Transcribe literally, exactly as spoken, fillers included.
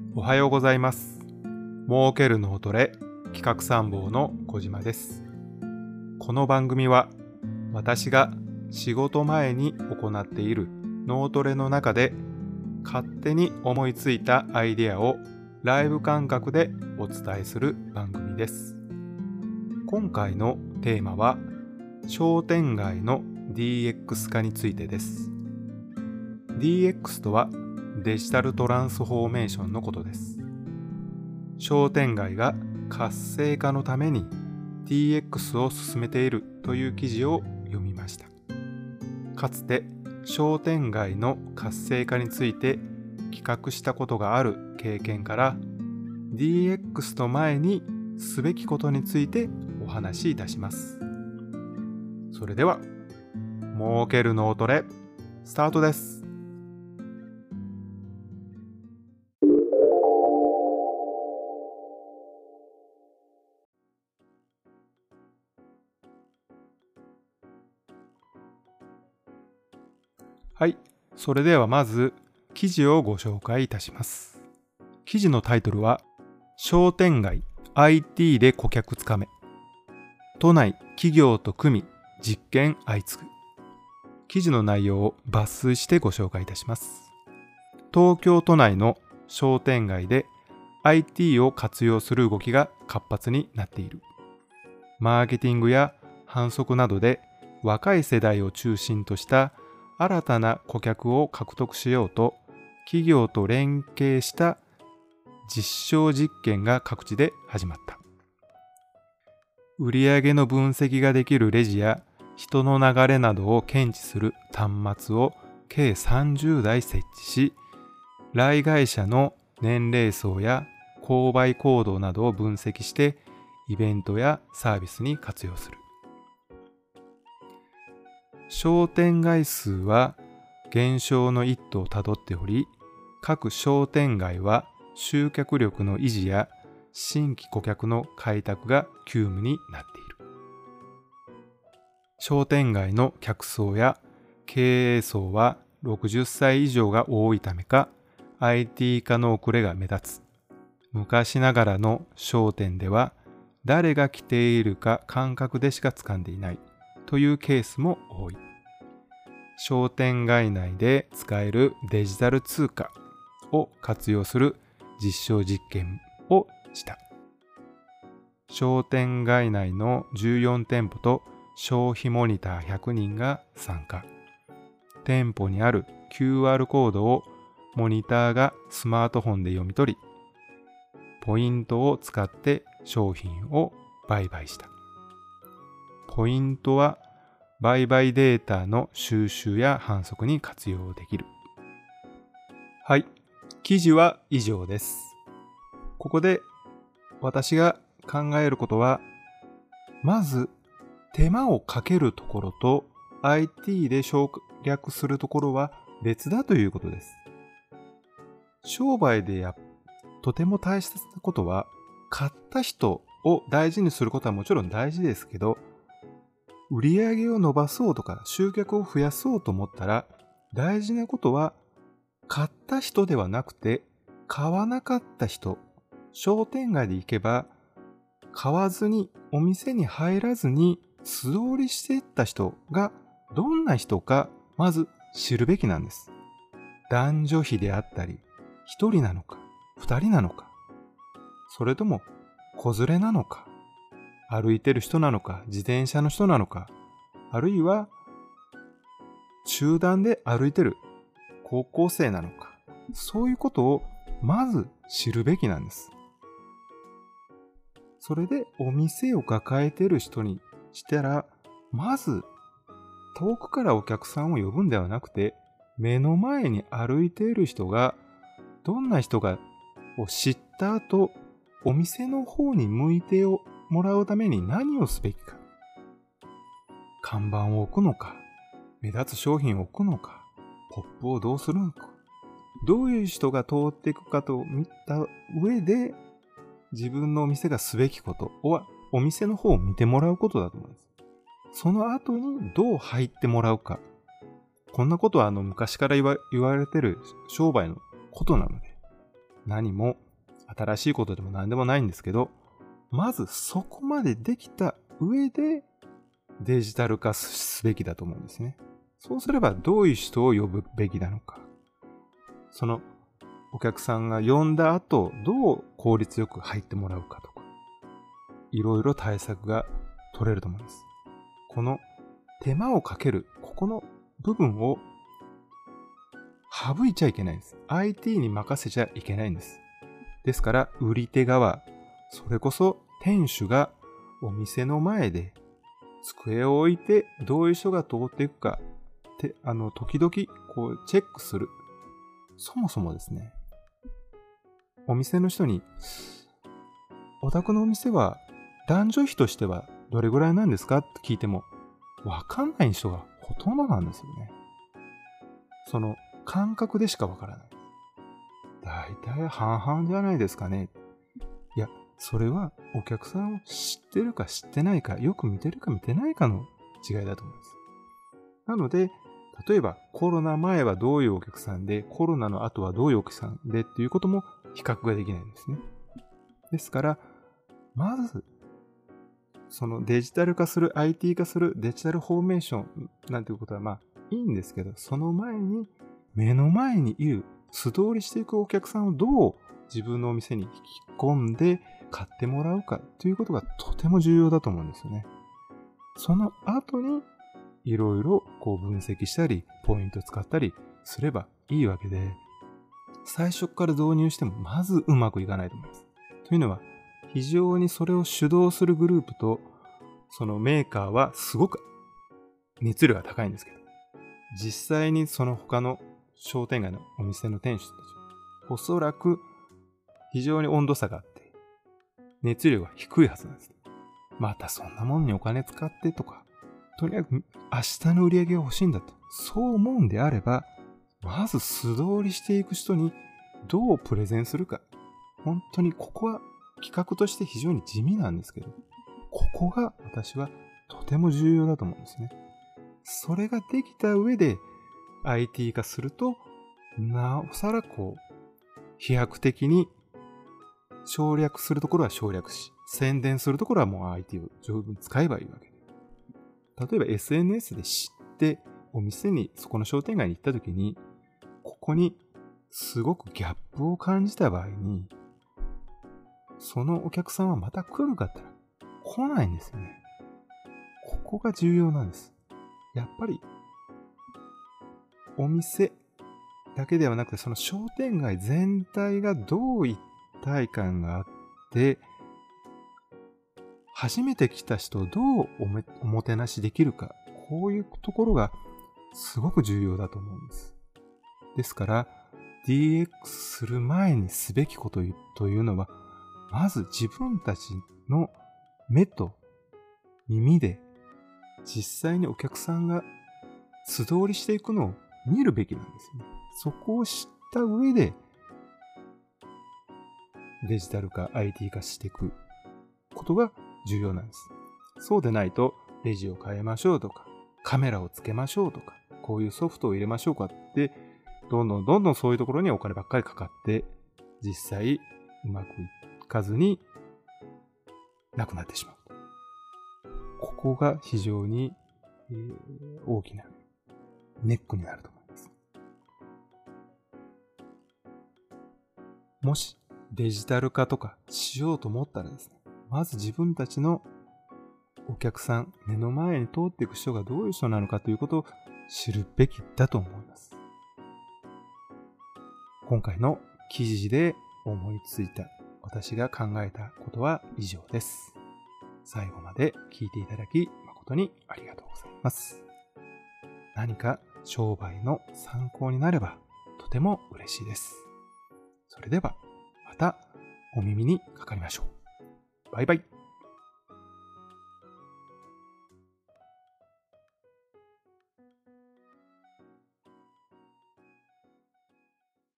おはようございます。儲ける脳トレ企画参謀の小島です。この番組は私が仕事前に行っている脳トレの中で勝手に思いついたアイデアをライブ感覚でお伝えする番組です。今回のテーマは商店街の ディーエックス 化についてです。ディーエックス とはデジタルトランスフォーメーションのことです。商店街が活性化のために ディーエックス を進めているという記事を読みました。かつて商店街の活性化について企画したことがある経験から ディーエックス の前にすべきことについてお話しいたします。それでは儲ける脳トレスタートです。はい、それではまず記事をご紹介いたします。記事のタイトルは商店街 アイティー で顧客つかめ、都内企業と組み実験相次ぐ。記事の内容を抜粋してご紹介いたします。東京都内の商店街で アイティー を活用する動きが活発になっている。マーケティングや販促などで若い世代を中心とした新たな顧客を獲得しようと企業と連携した実証実験が各地で始まった。売上の分析ができるレジや人の流れなどを検知する端末を計さんじゅうだい設置し、来街者の年齢層や購買行動などを分析してイベントやサービスに活用する。商店街数は減少の一途をたどっており、各商店街は集客力の維持や新規顧客の開拓が急務になっている。商店街の客層や経営層はろくじゅっさい以上が多いためか、アイティー 化の遅れが目立つ。昔ながらの商店では誰が来ているか感覚でしか掴んでいないというケースも多い。商店街内で使えるデジタル通貨を活用する実証実験をした。商店街内のじゅうよんてんぽと消費モニターひゃくにんが参加。店舗にある キューアール コードをモニターがスマートフォンで読み取り、ポイントを使って商品を売買した。ポイントは売買データの収集や販促に活用できる。はい、記事は以上です。ここで私が考えることは、まず手間をかけるところと アイティー で省略するところは別だということです。商売でやとても大切なことは、買った人を大事にすることはもちろん大事ですけど、売り上げを伸ばそうとか集客を増やそうと思ったら、大事なことは買った人ではなくて買わなかった人。商店街で行けば買わずにお店に入らずに素通りしていった人がどんな人かまず知るべきなんです。男女比であったり、一人なのか二人なのか、それとも子連れなのか、歩いてる人なのか、自転車の人なのか、あるいは集団で歩いてる高校生なのか、そういうことをまず知るべきなんです。それでお店を抱えている人にしたら、まず遠くからお客さんを呼ぶんではなくて、目の前に歩いている人がどんな人かを知った後、お店の方に向いてもらうために何をすべきか。看板を置くのか、目立つ商品を置くのか、ポップをどうするのか、どういう人が通っていくかと見た上で、自分のお店がすべきことは、お店の方を見てもらうことだと思います。その後にどう入ってもらうか。こんなことはあの昔から言わ、言われてる商売のことなので、 何も新しいことでも何でもないんですけど、まずそこまでできた上でデジタル化すべきだと思うんですね。そうすればどういう人を呼ぶべきなのか。そのお客さんが呼んだ後、どう効率よく入ってもらうかとか、いろいろ対策が取れると思います。この手間をかける、ここの部分を省いちゃいけないんです。アイティー に任せちゃいけないんです。ですから、売り手側、それこそ店主がお店の前で机を置いてどういう人が通っていくかって、あの、時々こうチェックする。そもそもですね、お店の人に、お宅のお店は男女比としてはどれぐらいなんですかって聞いても、わかんない人がほとんどなんですよね。その感覚でしかわからない。だいたい半々じゃないですかね。いや、それはお客さんを知ってるか知ってないか、よく見てるか見てないかの違いだと思います。なので、例えばコロナ前はどういうお客さんで、コロナの後はどういうお客さんでっていうことも比較ができないんですね。ですから、まず、そのデジタル化する、アイティー 化する、デジタルフォーメーションなんていうことはまあいいんですけど、その前に目の前にいる素通りしていくお客さんをどう自分のお店に引き込んで買ってもらうかということがとても重要だと思うんですよね。その後にいろいろこう分析したり、ポイント使ったりすればいいわけで、最初から導入してもまずうまくいかないと思います。というのは、非常にそれを主導するグループと、そのメーカーはすごく熱量が高いんですけど、実際にその他の商店街のお店の店主たち、おそらく非常に温度差があって、熱量が低いはずなんです。またそんなもんにお金使ってとか、とにかく明日の売り上げが欲しいんだと、そう思うんであれば、まず素通りしていく人にどうプレゼンするか。本当にここは企画として非常に地味なんですけど、ここが私はとても重要だと思うんですね。それができた上で アイティー 化すると、なおさらこう、飛躍的に省略するところは省略し、宣伝するところはもう アイティー を十分使えばいいわけで。例えば エスエヌエス で知ってお店にそこの商店街に行った時に、ここにすごくギャップを感じた場合に、そのお客さんはまた来るかって言ったら来ないんですよね。ここが重要なんです。やっぱりお店だけではなくて、その商店街全体がどう一体感があって、初めて来た人をどう お, めおもてなしできるか、こういうところがすごく重要だと思うんです。ですから ディーエックス する前にすべきことというのは、まず自分たちの目と耳で実際にお客さんが素通りしていくのを見るべきなんですよね。そこを知った上でデジタル化、アイティー 化していくことが重要なんです。そうでないと、レジを変えましょうとか、カメラをつけましょうとか、こういうソフトを入れましょうかって、どんどんどんどんそういうところにお金ばっかりかかって、実際うまくいかずになくなってしまう。ここが非常に、えー、大きなネックになると思います。もしデジタル化とかしようと思ったらですね、まず自分たちのお客さん、目の前に通っていく人がどういう人なのかということを知るべきだと思います。今回の記事で思いついた、私が考えたことは以上です。最後まで聞いていただき誠にありがとうございます。何か商売の参考になればとても嬉しいです。それではまたお耳にかかりましょう。バイバイ。